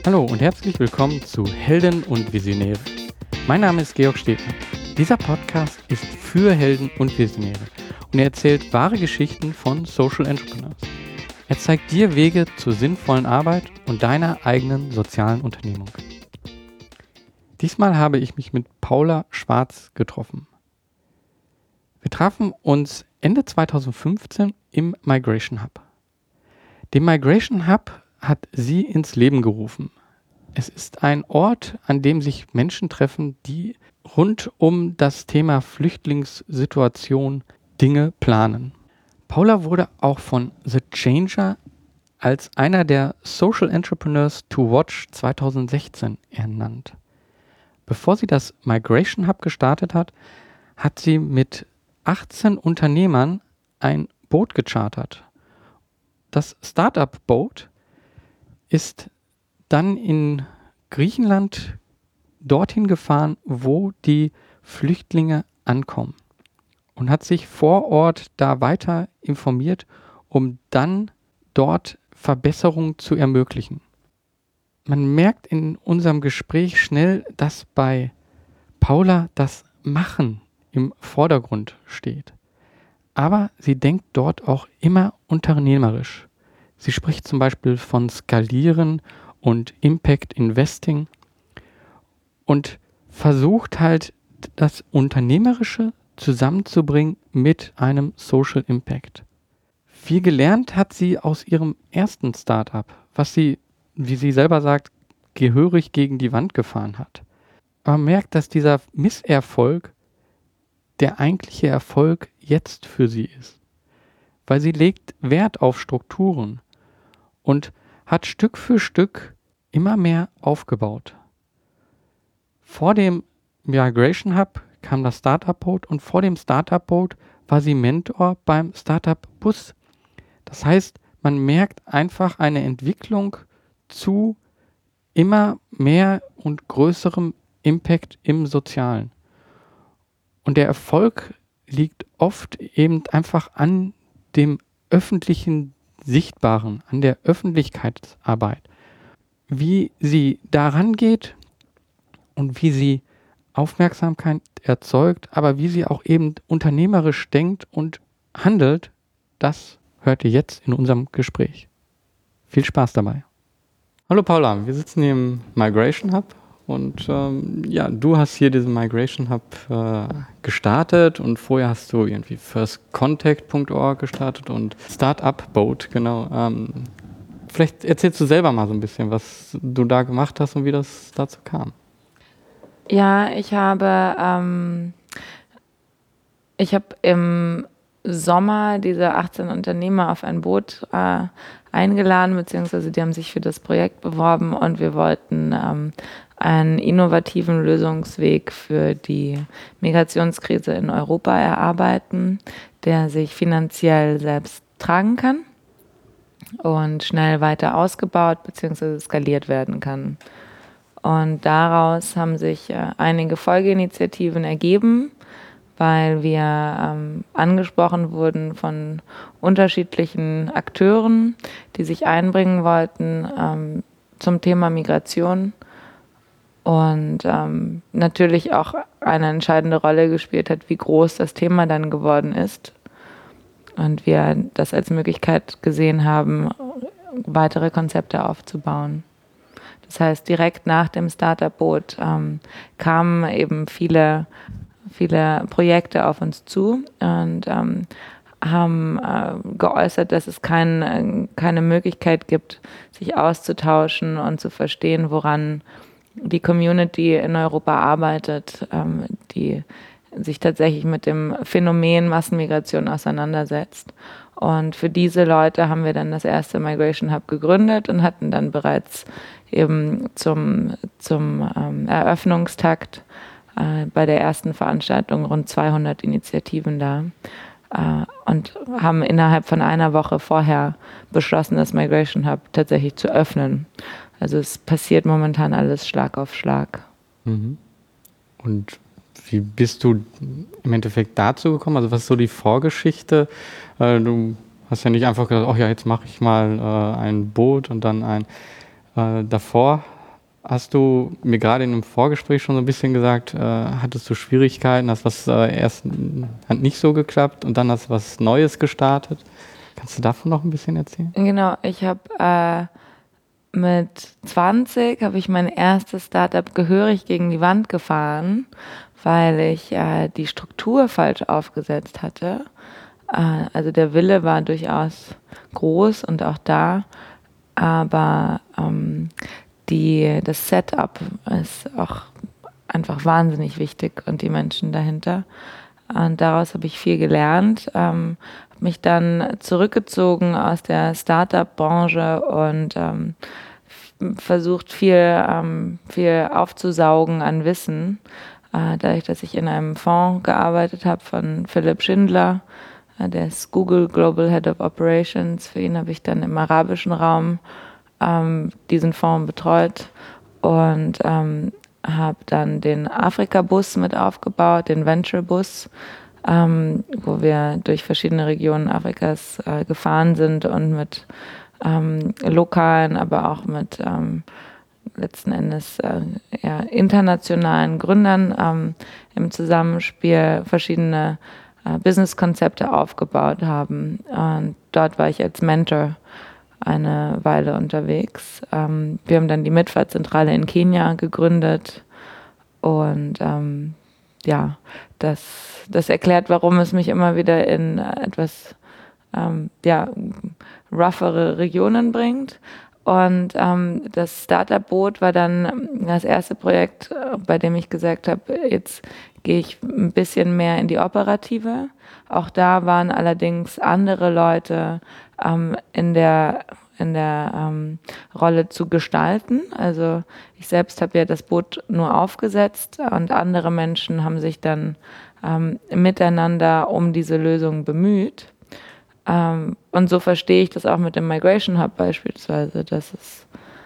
Hallo und herzlich willkommen zu Helden und Visionäre. Mein Name ist Georg Stebner. Dieser Podcast ist für Helden und Visionäre und er erzählt wahre Geschichten von Social Entrepreneurs. Er zeigt dir Wege zur sinnvollen Arbeit und deiner eigenen sozialen Unternehmung. Diesmal habe ich mich mit Paula Schwarz getroffen. Wir trafen uns Ende 2015 im Migration Hub. Den Migration Hub hat sie ins Leben gerufen. Es ist ein Ort, an dem sich Menschen treffen, die rund um das Thema Flüchtlingssituation Dinge planen. Paula wurde auch von The Changer als einer der Social Entrepreneurs to Watch 2016 ernannt. Bevor sie das Migration Hub gestartet hat, hat sie mit 18 Unternehmern ein Boot gechartert. Das Startup-Boot ist dann in Griechenland dorthin gefahren, wo die Flüchtlinge ankommen und hat sich vor Ort da weiter informiert, um dann dort Verbesserungen zu ermöglichen. Man merkt in unserem Gespräch schnell, dass bei Paula das Machen im Vordergrund steht. Aber sie denkt dort auch immer unternehmerisch. Sie spricht zum Beispiel von Skalieren und Impact Investing und versucht halt das Unternehmerische zusammenzubringen mit einem Social Impact. Viel gelernt hat sie aus ihrem ersten Startup, was sie, wie sie selber sagt, gehörig gegen die Wand gefahren hat. Aber man merkt, dass dieser Misserfolg der eigentliche Erfolg jetzt für sie ist. Weil sie legt Wert auf Strukturen und hat Stück für Stück immer mehr aufgebaut. Vor dem Migration Hub kam das Startup Boat und vor dem Startup Boat war sie Mentor beim Startup Bus. Das heißt, man merkt einfach eine Entwicklung zu immer mehr und größerem Impact im Sozialen. Und der Erfolg liegt oft eben einfach an dem öffentlichen Sichtbaren, an der Öffentlichkeitsarbeit. Wie sie daran geht und wie sie Aufmerksamkeit erzeugt, aber wie sie auch eben unternehmerisch denkt und handelt, das hört ihr jetzt in unserem Gespräch. Viel Spaß dabei. Hallo Paula, wir sitzen hier im Migration Hub. Und du hast hier diesen Migration Hub gestartet und vorher hast du irgendwie firstcontact.org gestartet und Startup Boat, genau. Vielleicht erzählst du selber mal so ein bisschen, was du da gemacht hast und wie das dazu kam. Ja, ich habe im Sommer diese 18 Unternehmer auf ein Boot eingeladen, beziehungsweise die haben sich für das Projekt beworben und wir wollten einen innovativen Lösungsweg für die Migrationskrise in Europa erarbeiten, der sich finanziell selbst tragen kann und schnell weiter ausgebaut bzw. skaliert werden kann. Und daraus haben sich einige Folgeinitiativen ergeben, weil wir angesprochen wurden von unterschiedlichen Akteuren, die sich einbringen wollten zum Thema Migration. Und natürlich auch eine entscheidende Rolle gespielt hat, wie groß das Thema dann geworden ist. Und wir das als Möglichkeit gesehen haben, weitere Konzepte aufzubauen. Das heißt, direkt nach dem Startup-Boot kamen eben viele Projekte auf uns zu und haben geäußert, dass es keine Möglichkeit gibt, sich auszutauschen und zu verstehen, woran die Community in Europa arbeitet, die sich tatsächlich mit dem Phänomen Massenmigration auseinandersetzt. Und für diese Leute haben wir dann das erste Migration Hub gegründet und hatten dann bereits eben zum Eröffnungstakt bei der ersten Veranstaltung rund 200 Initiativen da und haben innerhalb von einer Woche vorher beschlossen, das Migration Hub tatsächlich zu öffnen. Also es passiert momentan alles Schlag auf Schlag. Mhm. Und wie bist du im Endeffekt dazu gekommen? Also was ist so die Vorgeschichte? Du hast ja nicht einfach gesagt, oh ja, jetzt mache ich mal ein Boot und dann ein Davor hast du mir gerade in einem Vorgespräch schon so ein bisschen gesagt, hattest du Schwierigkeiten, hast was erst hat nicht so geklappt und dann hast du was Neues gestartet. Kannst du davon noch ein bisschen erzählen? Genau, ich habe mit 20 habe ich mein erstes Startup gehörig gegen die Wand gefahren, weil ich die Struktur falsch aufgesetzt hatte. Also der Wille war durchaus groß und auch da, aber das Setup ist auch einfach wahnsinnig wichtig und die Menschen dahinter. Und daraus habe ich viel gelernt, habe mich dann zurückgezogen aus der Startup-Branche und versucht viel aufzusaugen an Wissen. Dadurch, dass ich in einem Fonds gearbeitet habe von Philipp Schindler, der ist Google Global Head of Operations. Für ihn habe ich dann im arabischen Raum diesen Fonds betreut und habe dann den Afrika-Bus mit aufgebaut, den Venture-Bus, wo wir durch verschiedene Regionen Afrikas gefahren sind und mit lokalen, aber auch mit letzten Endes internationalen Gründern im Zusammenspiel verschiedene Business-Konzepte aufgebaut haben. Und dort war ich als Mentor eine Weile unterwegs. Wir haben dann die Mitfahrzentrale in Kenia gegründet und das erklärt, warum es mich immer wieder in etwas roughere Regionen bringt. Und das Startup-Boot war dann das erste Projekt, bei dem ich gesagt habe, jetzt gehe ich ein bisschen mehr in die Operative. Auch da waren allerdings andere Leute in der Rolle zu gestalten. Also ich selbst habe ja das Boot nur aufgesetzt und andere Menschen haben sich dann miteinander um diese Lösung bemüht. Und so verstehe ich das auch mit dem Migration Hub beispielsweise, dass es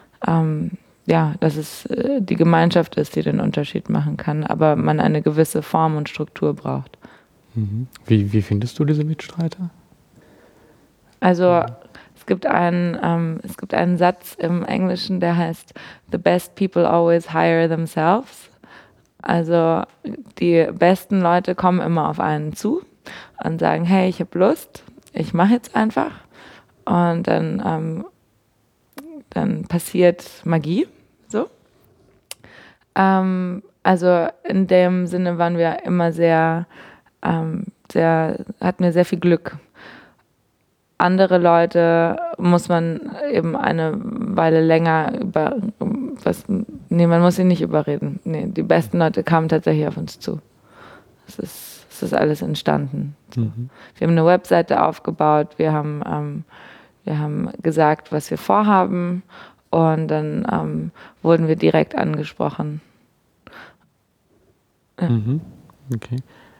die Gemeinschaft ist, die den Unterschied machen kann, aber man eine gewisse Form und Struktur braucht. Mhm. Wie findest du diese Mitstreiter? Also es gibt einen Satz im Englischen, der heißt "The best people always hire themselves". Also die besten Leute kommen immer auf einen zu und sagen, hey, ich habe Lust, ich mache jetzt einfach. Und dann passiert Magie. So. Also in dem Sinne waren wir immer hatten wir sehr viel Glück. Andere Leute muss man eben eine Weile länger man muss sie nicht überreden. Nee, die besten Leute kamen tatsächlich auf uns zu. Es ist alles entstanden. Mhm. Wir haben eine Webseite aufgebaut, wir haben gesagt, was wir vorhaben und dann wurden wir direkt angesprochen. Ja. Mhm. Okay.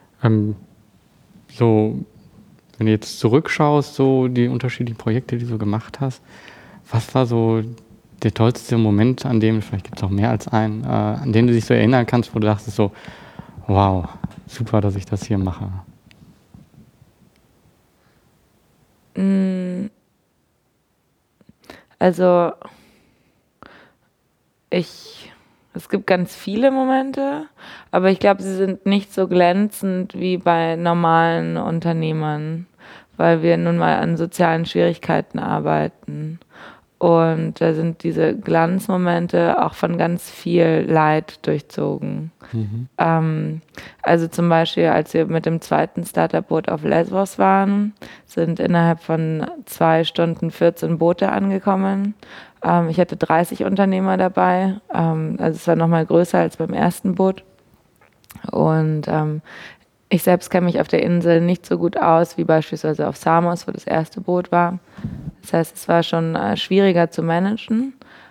Wenn du jetzt zurückschaust, so die unterschiedlichen Projekte, die du gemacht hast, was war so der tollste Moment, an dem, vielleicht gibt es auch mehr als einen, an den du dich so erinnern kannst, wo du dachtest so, wow, super, dass ich das hier mache? Also es gibt ganz viele Momente, aber ich glaube, sie sind nicht so glänzend wie bei normalen Unternehmern, weil wir nun mal an sozialen Schwierigkeiten arbeiten. Und da sind diese Glanzmomente auch von ganz viel Leid durchzogen. Mhm. Also zum Beispiel, als wir mit dem zweiten Startup-Boot auf Lesbos waren, sind innerhalb von 2 Stunden 14 Boote angekommen. Ich hatte 30 Unternehmer dabei. Also es war nochmal größer als beim ersten Boot. Und ich selbst kenne mich auf der Insel nicht so gut aus wie beispielsweise auf Samos, wo das erste Boot war. Das heißt, es war schon schwieriger zu managen.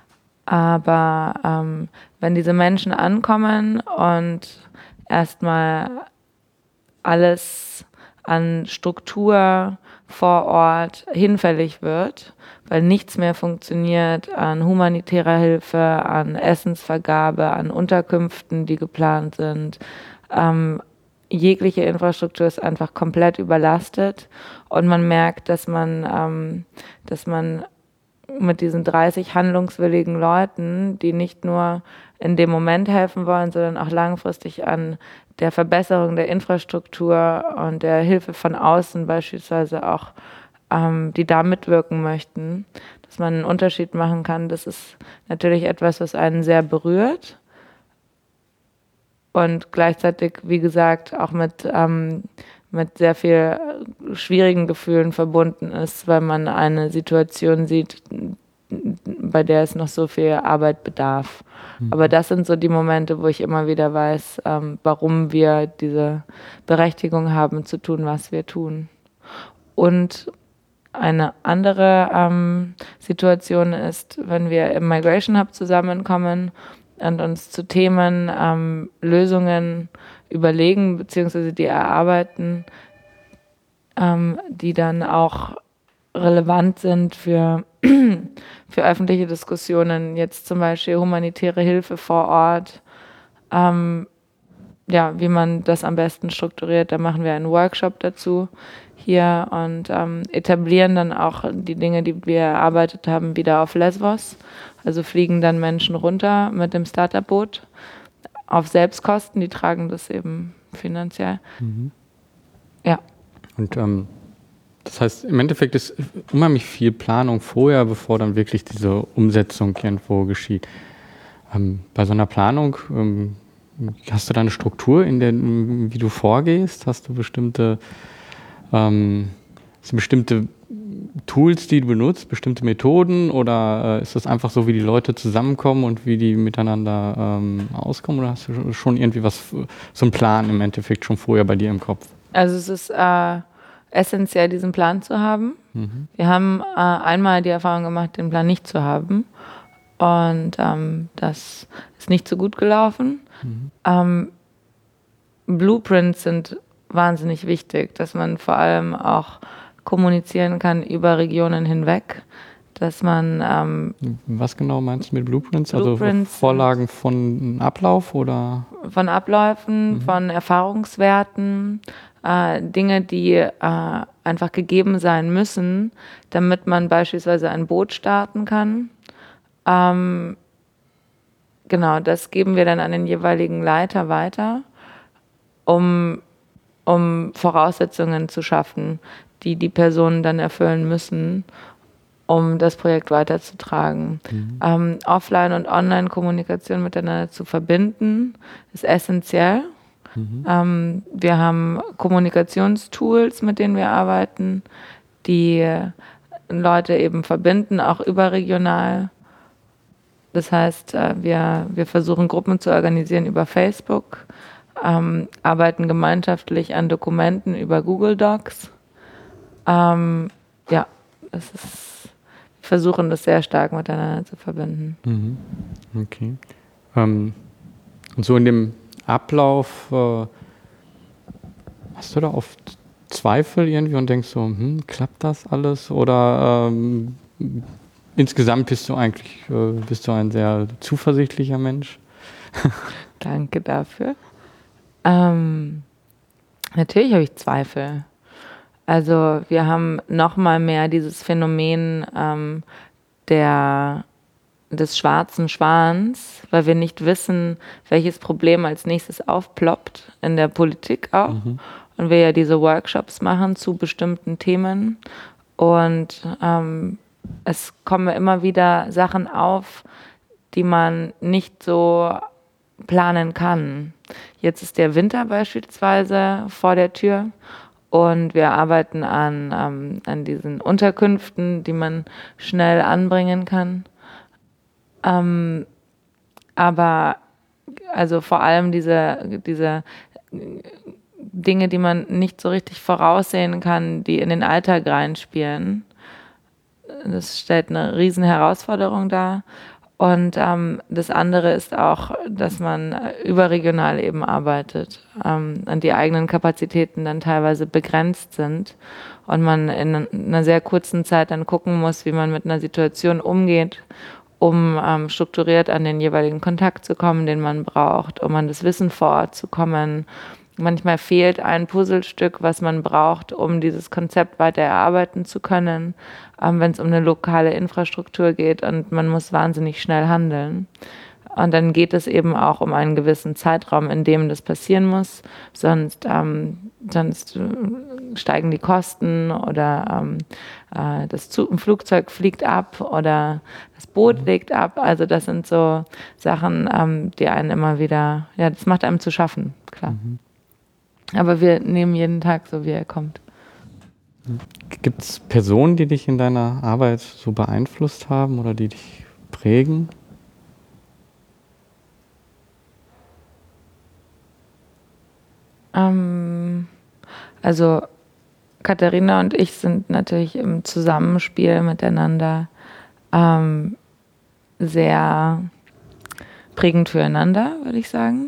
Aber wenn diese Menschen ankommen und erstmal alles an Struktur vor Ort hinfällig wird, weil nichts mehr funktioniert an humanitärer Hilfe, an Essensvergabe, an Unterkünften, die geplant sind. Jegliche Infrastruktur ist einfach komplett überlastet und man merkt, dass man mit diesen 30 handlungswilligen Leuten, die nicht nur in dem Moment helfen wollen, sondern auch langfristig an der Verbesserung der Infrastruktur und der Hilfe von außen beispielsweise auch, die da mitwirken möchten, dass man einen Unterschied machen kann. Das ist natürlich etwas, was einen sehr berührt und gleichzeitig, wie gesagt, auch mit sehr viel schwierigen Gefühlen verbunden ist, weil man eine Situation sieht, bei der es noch so viel Arbeit bedarf. Aber das sind so die Momente, wo ich immer wieder weiß, warum wir diese Berechtigung haben, zu tun, was wir tun. Und eine andere Situation ist, wenn wir im Migration Hub zusammenkommen und uns zu Themen Lösungen überlegen, beziehungsweise die erarbeiten, die dann auch relevant sind für öffentliche Diskussionen, jetzt zum Beispiel humanitäre Hilfe vor Ort, wie man das am besten strukturiert. Da machen wir einen Workshop dazu hier und etablieren dann auch die Dinge, die wir erarbeitet haben, wieder auf Lesbos. Also fliegen dann Menschen runter mit dem Starterboot auf Selbstkosten, die tragen das eben finanziell. Ja. Und das heißt, im Endeffekt ist unheimlich viel Planung vorher, bevor dann wirklich diese Umsetzung irgendwo geschieht. Bei so einer Planung, hast du da eine Struktur, wie du vorgehst? Hast du bestimmte Tools, die du benutzt, bestimmte Methoden? Oder ist das einfach so, wie die Leute zusammenkommen und wie die miteinander auskommen? Oder hast du schon irgendwie so einen Plan im Endeffekt schon vorher bei dir im Kopf? Also es ist essentiell, diesen Plan zu haben. Wir haben einmal die Erfahrung gemacht, den Plan nicht zu haben. Und das ist nicht so gut gelaufen. Blueprints sind wahnsinnig wichtig, dass man vor allem auch kommunizieren kann über Regionen hinweg, dass man... Was genau meinst du mit Blueprints? Also Vorlagen von Ablauf oder? Von Abläufen, von Erfahrungswerten, Dinge, die einfach gegeben sein müssen, damit man beispielsweise ein Boot starten kann. Genau, das geben wir dann an den jeweiligen Leiter weiter, um Voraussetzungen zu schaffen, die die Personen dann erfüllen müssen, um das Projekt weiterzutragen. Offline- und Online-Kommunikation miteinander zu verbinden, ist essentiell. Wir haben Kommunikationstools, mit denen wir arbeiten, die Leute eben verbinden, auch überregional. Das heißt, wir versuchen Gruppen zu organisieren über Facebook, arbeiten gemeinschaftlich an Dokumenten über Google Docs. Wir versuchen das sehr stark miteinander zu verbinden. Okay. Und so in dem Ablauf, hast du da oft Zweifel irgendwie und denkst so, klappt das alles? Oder insgesamt bist du ein sehr zuversichtlicher Mensch? Danke dafür. Natürlich habe ich Zweifel. Also wir haben noch mal mehr dieses Phänomen des schwarzen Schwans, weil wir nicht wissen, welches Problem als nächstes aufploppt, in der Politik auch. Und wir ja diese Workshops machen zu bestimmten Themen. Und es kommen immer wieder Sachen auf, die man nicht so planen kann. Jetzt ist der Winter beispielsweise vor der Tür und wir arbeiten an diesen Unterkünften, die man schnell anbringen kann. Aber also vor allem diese Dinge, die man nicht so richtig voraussehen kann, die in den Alltag reinspielen, das stellt eine riesen Herausforderung dar. Und das andere ist auch, dass man überregional eben arbeitet und die eigenen Kapazitäten dann teilweise begrenzt sind und man in einer sehr kurzen Zeit dann gucken muss, wie man mit einer Situation umgeht, um strukturiert an den jeweiligen Kontakt zu kommen, den man braucht, um an das Wissen vor Ort zu kommen, Manchmal fehlt ein Puzzlestück, was man braucht, um dieses Konzept weiter erarbeiten zu können, wenn es um eine lokale Infrastruktur geht und man muss wahnsinnig schnell handeln. Und dann geht es eben auch um einen gewissen Zeitraum, in dem das passieren muss. Sonst steigen die Kosten oder ein Flugzeug fliegt ab oder das Boot legt ab. Also das sind so Sachen, die einen immer wieder, ja, das macht einem zu schaffen, klar. Aber wir nehmen jeden Tag so, wie er kommt. Gibt es Personen, die dich in deiner Arbeit so beeinflusst haben oder die dich prägen? Also Katharina und ich sind natürlich im Zusammenspiel miteinander sehr prägend füreinander, würde ich sagen.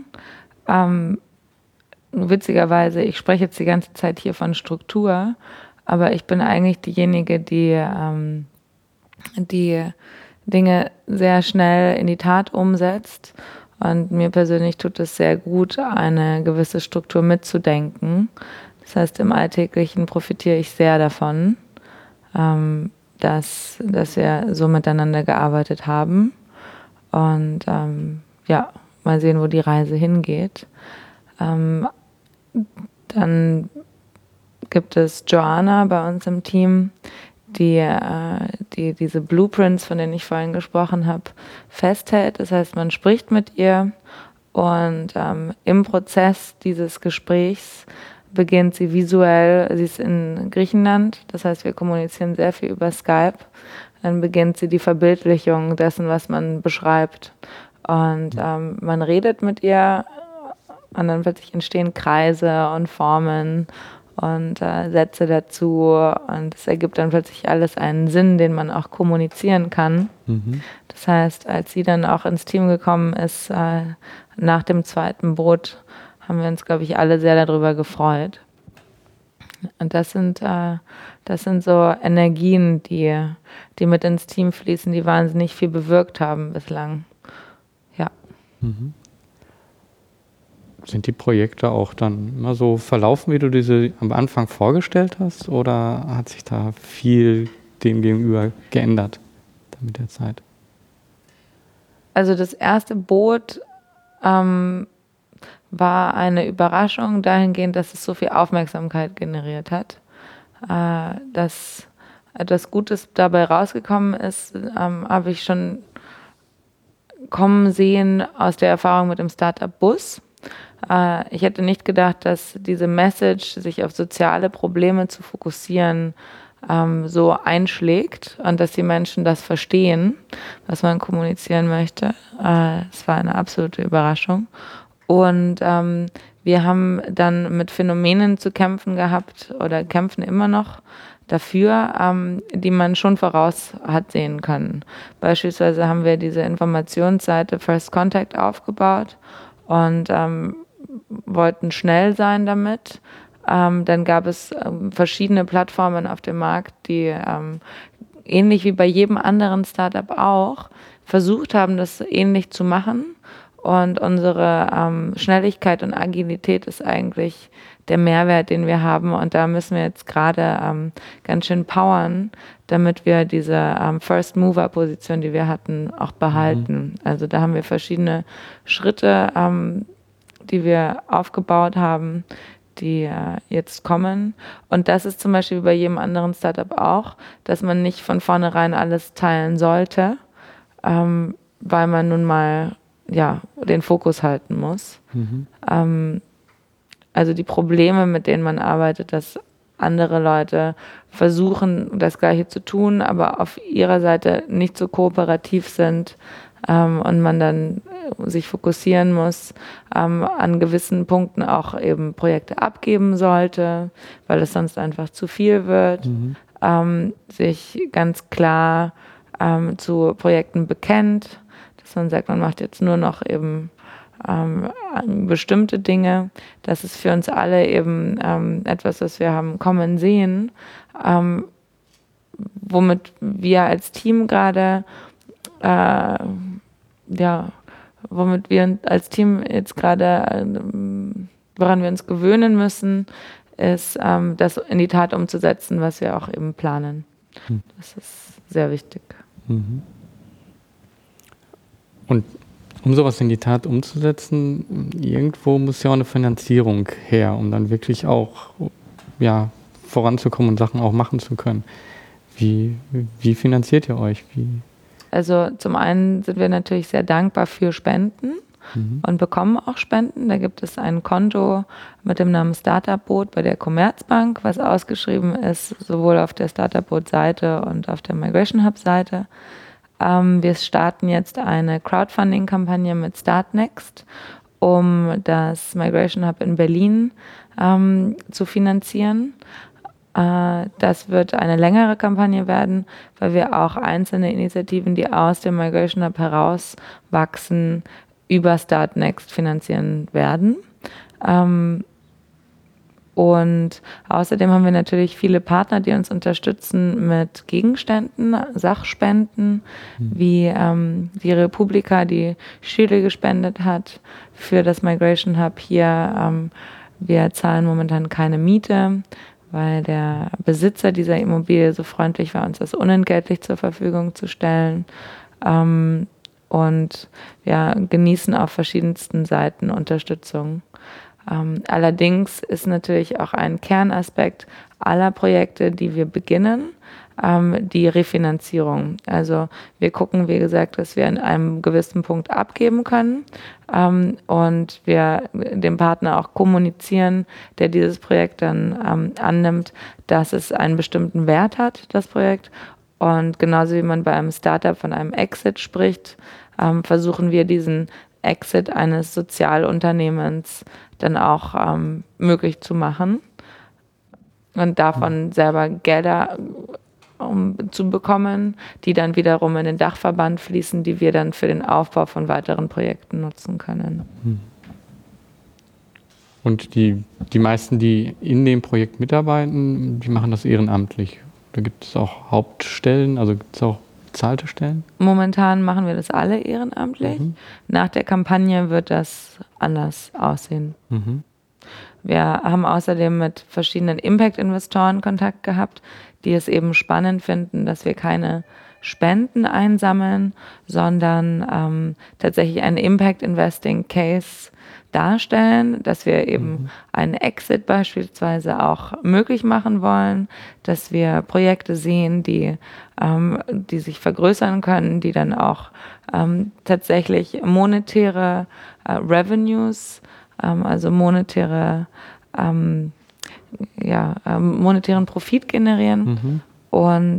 Witzigerweise, ich spreche jetzt die ganze Zeit hier von Struktur, aber ich bin eigentlich diejenige, die die Dinge sehr schnell in die Tat umsetzt. Und mir persönlich tut es sehr gut, eine gewisse Struktur mitzudenken. Das heißt, im Alltäglichen profitiere ich sehr davon, dass wir so miteinander gearbeitet haben. Und ja, mal sehen, wo die Reise hingeht. Dann gibt es Joanna bei uns im Team, die diese Blueprints, von denen ich vorhin gesprochen habe, festhält. Das heißt, man spricht mit ihr und im Prozess dieses Gesprächs beginnt sie visuell, sie ist in Griechenland, das heißt, wir kommunizieren sehr viel über Skype, dann beginnt sie die Verbildlichung dessen, was man beschreibt. Und man redet mit ihr und dann plötzlich entstehen Kreise und Formen und Sätze dazu und es ergibt dann plötzlich alles einen Sinn, den man auch kommunizieren kann. Das heißt, als sie dann auch ins Team gekommen ist, nach dem zweiten Boot, haben wir uns, glaube ich, alle sehr darüber gefreut. Und das sind so Energien, die mit ins Team fließen, die wahnsinnig viel bewirkt haben bislang. Ja. Sind die Projekte auch dann immer so verlaufen, wie du diese am Anfang vorgestellt hast? Oder hat sich da viel dem gegenüber geändert mit der Zeit? Also das erste Boot war eine Überraschung dahingehend, dass es so viel Aufmerksamkeit generiert hat. Dass etwas Gutes dabei rausgekommen ist, habe ich schon kommen sehen aus der Erfahrung mit dem Startup Bus. Ich hätte nicht gedacht, dass diese Message, sich auf soziale Probleme zu fokussieren, so einschlägt und dass die Menschen das verstehen, was man kommunizieren möchte. Es war eine absolute Überraschung. Und wir haben dann mit Phänomenen zu kämpfen gehabt oder kämpfen immer noch dafür, die man schon voraus hat sehen können. Beispielsweise haben wir diese Informationsseite First Contact aufgebaut und wollten schnell sein damit. Dann gab es verschiedene Plattformen auf dem Markt, die ähnlich wie bei jedem anderen Startup auch versucht haben, das ähnlich zu machen. Und unsere Schnelligkeit und Agilität ist eigentlich der Mehrwert, den wir haben. Und da müssen wir jetzt gerade ganz schön powern, damit wir diese First-Mover-Position, die wir hatten, auch behalten. Also da haben wir verschiedene Schritte, die wir aufgebaut haben, die jetzt kommen. Und das ist zum Beispiel bei jedem anderen Startup auch, dass man nicht von vornherein alles teilen sollte, weil man nun mal den Fokus halten muss. Also die Probleme, mit denen man arbeitet, dass andere Leute versuchen, das Gleiche zu tun, aber auf ihrer Seite nicht so kooperativ sind und man dann sich fokussieren muss, an gewissen Punkten auch eben Projekte abgeben sollte, weil es sonst einfach zu viel wird, sich ganz klar zu Projekten bekennt, dass man sagt, man macht jetzt nur noch eben bestimmte Dinge. Das ist für uns alle eben etwas, was wir haben kommen sehen, womit wir als Team gerade womit wir als Team jetzt gerade woran wir uns gewöhnen müssen, ist, das in die Tat umzusetzen, was wir auch eben planen. Das ist sehr wichtig. Und um sowas in die Tat umzusetzen, irgendwo muss ja auch eine Finanzierung her, um dann wirklich auch voranzukommen und Sachen auch machen zu können. Wie finanziert ihr euch? Also zum einen sind wir natürlich sehr dankbar für Spenden und bekommen auch Spenden. Da gibt es ein Konto mit dem Namen Startup-Boot bei der Commerzbank, was ausgeschrieben ist, sowohl auf der Startup-Boot-Seite und auf der Migration Hub-Seite. Wir starten jetzt eine Crowdfunding-Kampagne mit Startnext, um das Migration Hub in Berlin zu finanzieren. Das wird eine längere Kampagne werden, weil wir auch einzelne Initiativen, die aus dem Migration Hub herauswachsen, über Startnext finanzieren werden. Und außerdem haben wir natürlich viele Partner, die uns unterstützen mit Gegenständen, Sachspenden, wie die Republika, die Stühle gespendet hat für das Migration Hub hier. Wir zahlen momentan keine Miete, weil der Besitzer dieser Immobilie so freundlich war, uns das unentgeltlich zur Verfügung zu stellen. Und wir genießen auf verschiedensten Seiten Unterstützung. Allerdings ist natürlich auch ein Kernaspekt aller Projekte, die wir beginnen, die Refinanzierung. Also wir gucken, wie gesagt, dass wir an einem gewissen Punkt abgeben können und wir dem Partner auch kommunizieren, der dieses Projekt dann annimmt, dass es einen bestimmten Wert hat, das Projekt. Und genauso wie man bei einem Startup von einem Exit spricht, versuchen wir diesen Exit eines Sozialunternehmens dann auch möglich zu machen und davon selber Gelder zu bekommen, die dann wiederum in den Dachverband fließen, die wir dann für den Aufbau von weiteren Projekten nutzen können. Und die meisten, die in dem Projekt mitarbeiten, die machen das ehrenamtlich. Da gibt es auch Hauptstellen, also gibt es auch bezahlte Stellen? Momentan machen wir das alle ehrenamtlich. Nach der Kampagne wird das anders aussehen. Wir haben außerdem mit verschiedenen Impact-Investoren Kontakt gehabt, die es eben spannend finden, dass wir keine Spenden einsammeln, sondern tatsächlich einen Impact-Investing-Case darstellen, dass wir eben einen Exit beispielsweise auch möglich machen wollen, dass wir Projekte sehen, die sich vergrößern können, die dann auch tatsächlich monetäre Revenues, also monetären Profit generieren. Und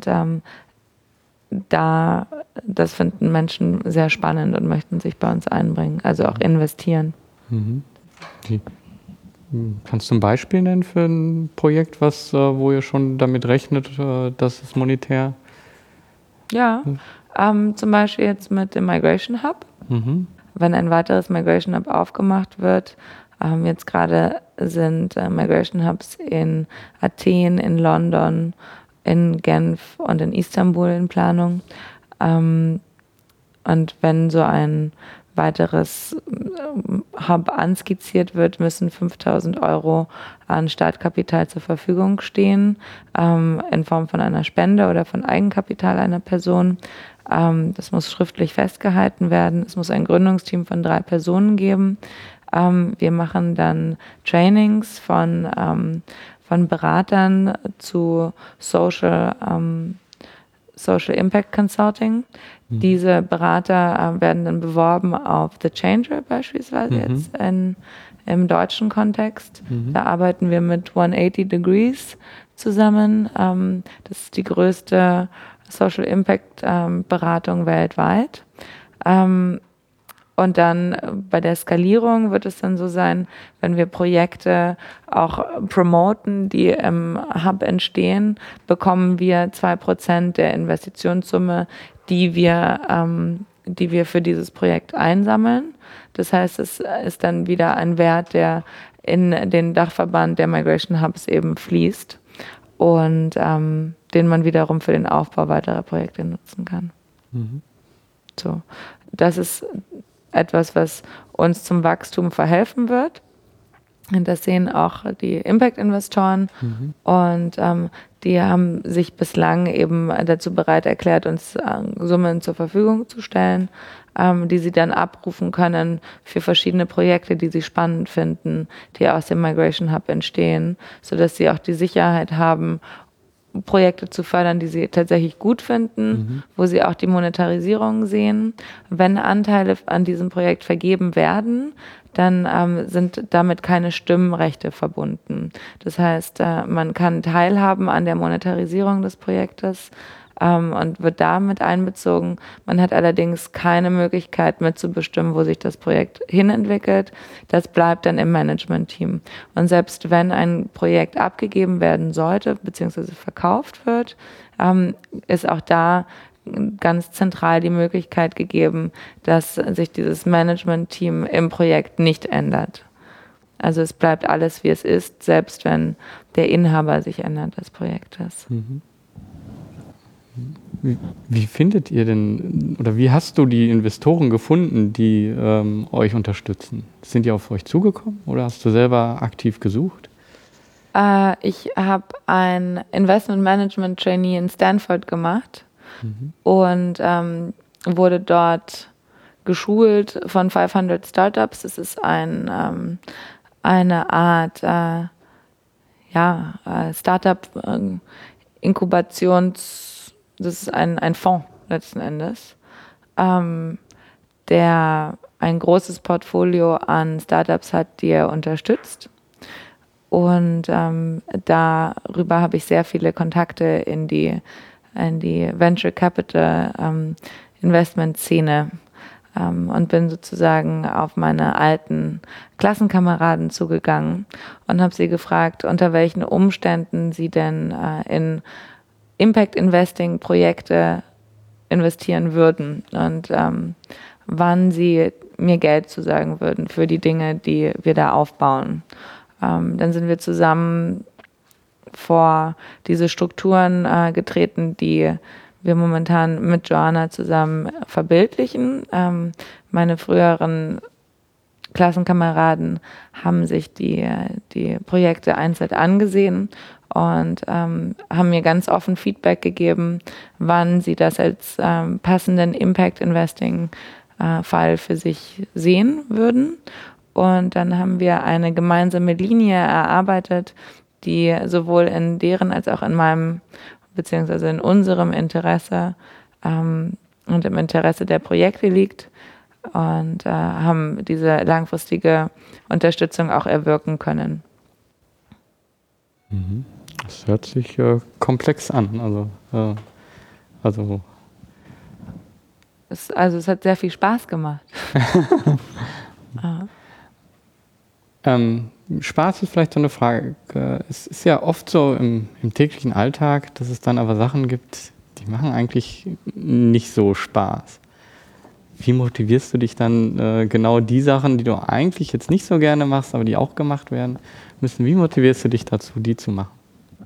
das finden Menschen sehr spannend und möchten sich bei uns einbringen, also auch investieren. Okay. Kannst du ein Beispiel nennen für ein Projekt, wo ihr schon damit rechnet, dass es monetär? Ja, zum Beispiel jetzt mit dem Migration Hub. Wenn ein weiteres Migration Hub aufgemacht wird, jetzt gerade sind Migration Hubs in Athen, in London, in Genf und in Istanbul in Planung. Und wenn so ein weiteres Hub anskizziert wird, müssen 5.000 € an Startkapital zur Verfügung stehen, in Form von einer Spende oder von Eigenkapital einer Person. Das muss schriftlich festgehalten werden. Es muss ein Gründungsteam von 3 Personen geben. Wir machen dann Trainings von Beratern zu Social Impact Consulting. Diese Berater werden dann beworben auf The Changer beispielsweise jetzt im deutschen Kontext. Da arbeiten wir mit 180 Degrees zusammen. Das ist die größte Social Impact Beratung weltweit. Und dann bei der Skalierung wird es dann so sein, wenn wir Projekte auch promoten, die im Hub entstehen, bekommen wir 2% der Investitionssumme, die wir für dieses Projekt einsammeln. Das heißt, es ist dann wieder ein Wert, der in den Dachverband der Migration Hubs eben fließt und den man wiederum für den Aufbau weiterer Projekte nutzen kann. So, das ist etwas, was uns zum Wachstum verhelfen wird. Das sehen auch die Impact-Investoren und die haben sich bislang eben dazu bereit erklärt, uns Summen zur Verfügung zu stellen, die sie dann abrufen können für verschiedene Projekte, die sie spannend finden, die aus dem Migration Hub entstehen, sodass sie auch die Sicherheit haben, Projekte zu fördern, die sie tatsächlich gut finden, wo sie auch die Monetarisierung sehen. Wenn Anteile an diesem Projekt vergeben werden, dann sind damit keine Stimmrechte verbunden. Das heißt, man kann teilhaben an der Monetarisierung des Projektes und wird damit einbezogen. Man hat allerdings keine Möglichkeit mitzubestimmen, wo sich das Projekt hinentwickelt. Das bleibt dann im Management-Team. Und selbst wenn ein Projekt abgegeben werden sollte, beziehungsweise verkauft wird, ist auch da ganz zentral die Möglichkeit gegeben, dass sich dieses Management-Team im Projekt nicht ändert. Also es bleibt alles, wie es ist, selbst wenn der Inhaber sich ändert des Projektes. Wie findet ihr denn, oder wie hast du die Investoren gefunden, die euch unterstützen? Sind die auf euch zugekommen oder hast du selber aktiv gesucht? Ich habe ein Investment Management Trainee in Stanford gemacht und wurde dort geschult von 500 Startups. Das ist eine Art Startup-Inkubations, das ist ein Fonds letzten Endes, der ein großes Portfolio an Startups hat, die er unterstützt. Und darüber habe ich sehr viele Kontakte in die Venture Capital Investment-Szene und bin sozusagen auf meine alten Klassenkameraden zugegangen und habe sie gefragt, unter welchen Umständen sie denn in Impact-Investing-Projekte investieren würden und wann sie mir Geld zusagen würden für die Dinge, die wir da aufbauen. Dann sind wir zusammen vor diese Strukturen getreten, die wir momentan mit Joanna zusammen verbildlichen. Meine früheren Klassenkameraden haben sich die Projekte einzeln angesehen und haben mir ganz offen Feedback gegeben, wann sie das als passenden Impact-Investing-Fall für sich sehen würden. Und dann haben wir eine gemeinsame Linie erarbeitet, die sowohl in deren als auch in meinem beziehungsweise in unserem Interesse und im Interesse der Projekte liegt und haben diese langfristige Unterstützung auch erwirken können. Das hört sich komplex an. Es hat sehr viel Spaß gemacht. Spaß ist vielleicht so eine Frage. Es ist ja oft so im täglichen Alltag, dass es dann aber Sachen gibt, die machen eigentlich nicht so Spaß. Wie motivierst du dich dann genau die Sachen, die du eigentlich jetzt nicht so gerne machst, aber die auch gemacht werden müssen? Wie motivierst du dich dazu, die zu machen?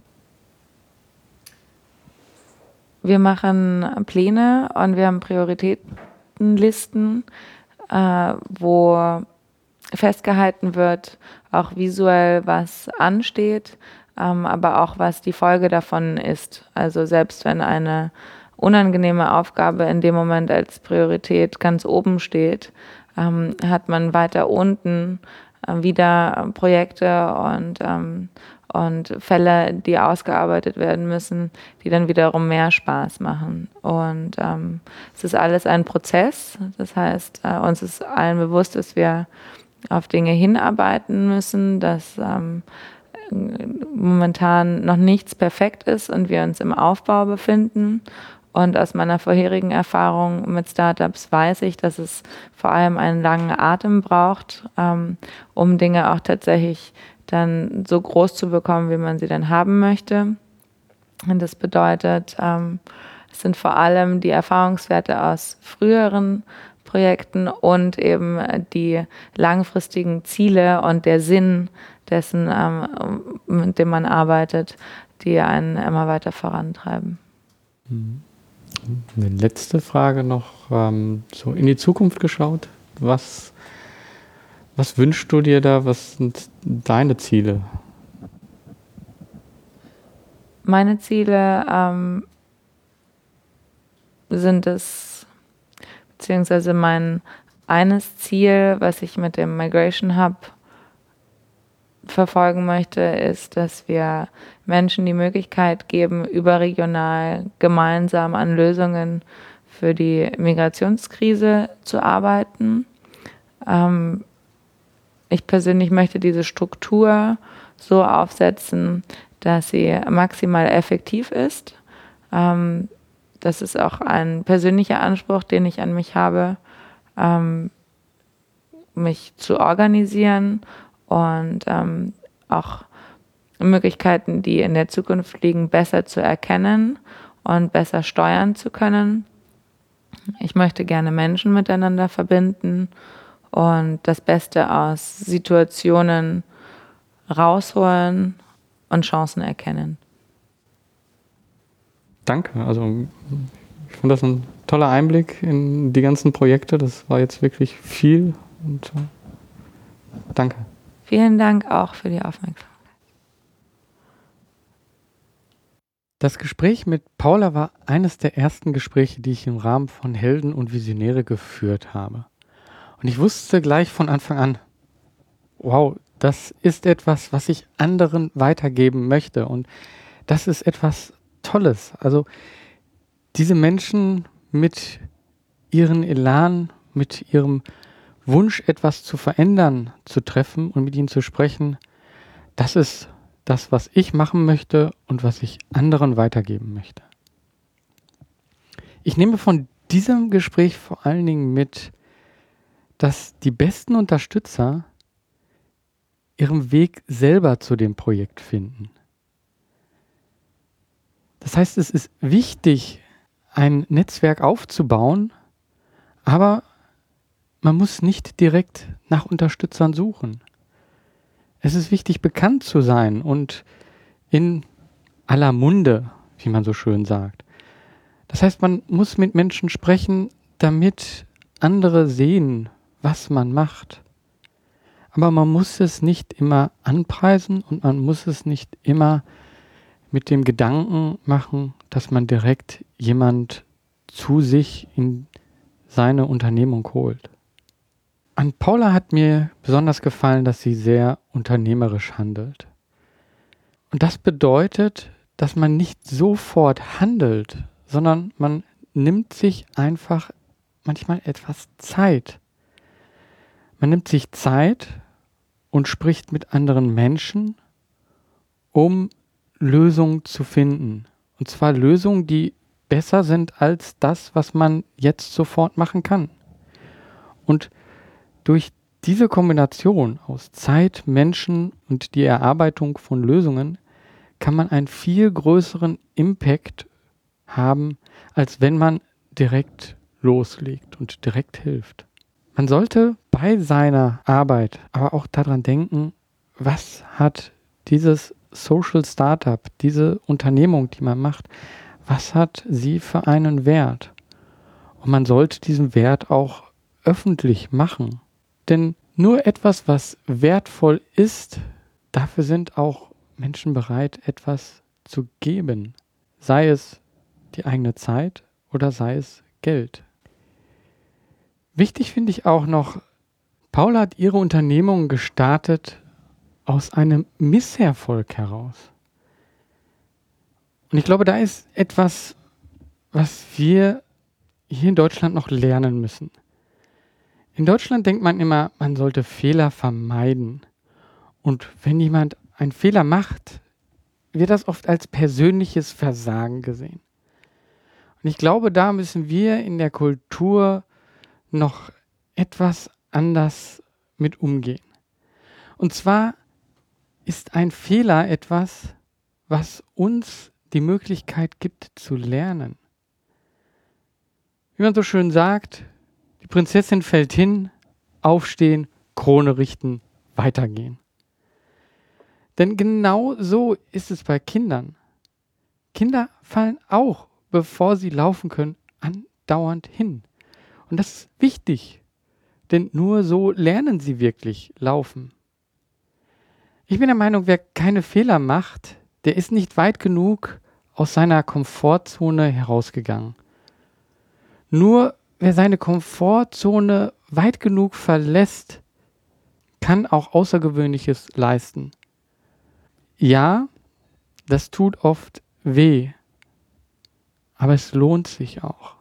Wir machen Pläne und wir haben Prioritätenlisten, wo festgehalten wird, auch visuell, was ansteht, aber auch, was die Folge davon ist. Also selbst wenn eine unangenehme Aufgabe in dem Moment als Priorität ganz oben steht, hat man weiter unten wieder Projekte und Fälle, die ausgearbeitet werden müssen, die dann wiederum mehr Spaß machen. Und es ist alles ein Prozess. Das heißt, uns ist allen bewusst, dass wir auf Dinge hinarbeiten müssen, dass momentan noch nichts perfekt ist und wir uns im Aufbau befinden. Und aus meiner vorherigen Erfahrung mit Startups weiß ich, dass es vor allem einen langen Atem braucht, um Dinge auch tatsächlich dann so groß zu bekommen, wie man sie dann haben möchte. Und das bedeutet, es sind vor allem die Erfahrungswerte aus früheren Projekten und eben die langfristigen Ziele und der Sinn dessen, mit dem man arbeitet, die einen immer weiter vorantreiben. Eine letzte Frage noch, so in die Zukunft geschaut. Was Was wünschst du dir da? Was sind deine Ziele? Meine Ziele sind es, beziehungsweise mein eines Ziel, was ich mit dem Migration Hub verfolgen möchte, ist, dass wir Menschen die Möglichkeit geben, überregional gemeinsam an Lösungen für die Migrationskrise zu arbeiten. Ich persönlich möchte diese Struktur so aufsetzen, dass sie maximal effektiv ist. Das ist auch ein persönlicher Anspruch, den ich an mich habe, mich zu organisieren und auch Möglichkeiten, die in der Zukunft liegen, besser zu erkennen und besser steuern zu können. Ich möchte gerne Menschen miteinander verbinden und das Beste aus Situationen rausholen und Chancen erkennen. Danke. Also ich fand das ein toller Einblick in die ganzen Projekte. Das war jetzt wirklich viel und danke. Vielen Dank auch für die Aufmerksamkeit. Das Gespräch mit Paula war eines der ersten Gespräche, die ich im Rahmen von Helden und Visionäre geführt habe. Und ich wusste gleich von Anfang an, wow, das ist etwas, was ich anderen weitergeben möchte. Und das ist etwas Tolles. Also diese Menschen mit ihrem Elan, mit ihrem Wunsch, etwas zu verändern, zu treffen und mit ihnen zu sprechen, das ist das, was ich machen möchte und was ich anderen weitergeben möchte. Ich nehme von diesem Gespräch vor allen Dingen mit, dass die besten Unterstützer ihren Weg selber zu dem Projekt finden. Das heißt, es ist wichtig, ein Netzwerk aufzubauen, aber man muss nicht direkt nach Unterstützern suchen. Es ist wichtig, bekannt zu sein und in aller Munde, wie man so schön sagt. Das heißt, man muss mit Menschen sprechen, damit andere sehen, was man macht. Aber man muss es nicht immer anpreisen und man muss es nicht immer mit dem Gedanken machen, dass man direkt jemand zu sich in seine Unternehmung holt. An Paula hat mir besonders gefallen, dass sie sehr unternehmerisch handelt. Und das bedeutet, dass man nicht sofort handelt, sondern man nimmt sich einfach manchmal etwas Zeit. Man nimmt sich Zeit und spricht mit anderen Menschen, um Lösungen zu finden. Und zwar Lösungen, die besser sind als das, was man jetzt sofort machen kann. Und durch diese Kombination aus Zeit, Menschen und die Erarbeitung von Lösungen kann man einen viel größeren Impact haben, als wenn man direkt loslegt und direkt hilft. Man sollte bei seiner Arbeit aber auch daran denken, was hat dieses Social Startup, diese Unternehmung, die man macht, was hat sie für einen Wert? Und man sollte diesen Wert auch öffentlich machen. Denn nur etwas, was wertvoll ist, dafür sind auch Menschen bereit, etwas zu geben. Sei es die eigene Zeit oder sei es Geld. Wichtig finde ich auch noch, Paula hat ihre Unternehmung gestartet aus einem Misserfolg heraus. Und ich glaube, da ist etwas, was wir hier in Deutschland noch lernen müssen. In Deutschland denkt man immer, man sollte Fehler vermeiden. Und wenn jemand einen Fehler macht, wird das oft als persönliches Versagen gesehen. Und ich glaube, da müssen wir in der Kultur noch etwas anders mit umgehen. Und zwar ist ein Fehler etwas, was uns die Möglichkeit gibt zu lernen. Wie man so schön sagt, die Prinzessin fällt hin, aufstehen, Krone richten, weitergehen. Denn genau so ist es bei Kindern. Kinder fallen auch, bevor sie laufen können, andauernd hin. Und das ist wichtig, denn nur so lernen sie wirklich laufen. Ich bin der Meinung, wer keine Fehler macht, der ist nicht weit genug aus seiner Komfortzone herausgegangen. Nur wer seine Komfortzone weit genug verlässt, kann auch Außergewöhnliches leisten. Ja, das tut oft weh, aber es lohnt sich auch.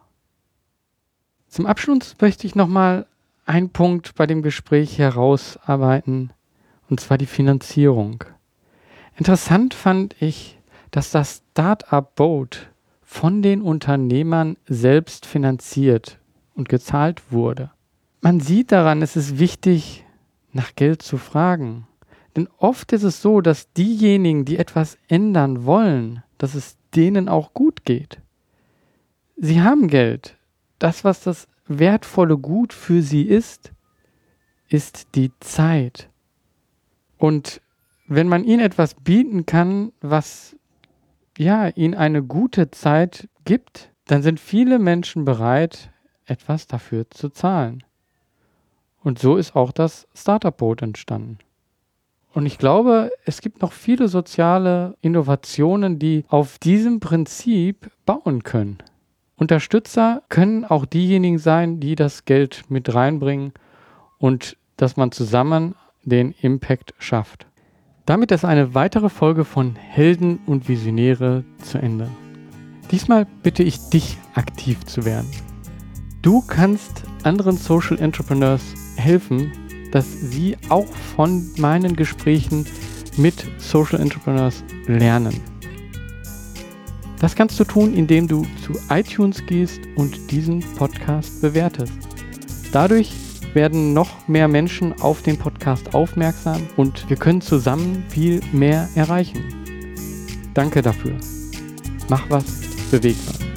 Zum Abschluss möchte ich nochmal einen Punkt bei dem Gespräch herausarbeiten, und zwar die Finanzierung. Interessant fand ich, dass das Startup Boat von den Unternehmern selbst finanziert und gezahlt wurde. Man sieht daran, es ist wichtig, nach Geld zu fragen. Denn oft ist es so, dass diejenigen, die etwas ändern wollen, dass es denen auch gut geht. Sie haben Geld. Das, was das wertvolle Gut für sie ist die Zeit. Und wenn man ihnen etwas bieten kann, was ihnen eine gute Zeit gibt, dann sind viele Menschen bereit, etwas dafür zu zahlen. Und so ist auch das Startup Boat entstanden. Und ich glaube, es gibt noch viele soziale Innovationen, die auf diesem Prinzip bauen können. Unterstützer können auch diejenigen sein, die das Geld mit reinbringen und dass man zusammen den Impact schafft. Damit ist eine weitere Folge von Helden und Visionäre zu Ende. Diesmal bitte ich dich, aktiv zu werden. Du kannst anderen Social Entrepreneurs helfen, dass sie auch von meinen Gesprächen mit Social Entrepreneurs lernen. Das kannst du tun, indem du zu iTunes gehst und diesen Podcast bewertest. Dadurch werden noch mehr Menschen auf den Podcast aufmerksam und wir können zusammen viel mehr erreichen. Danke dafür. Mach was, beweg was.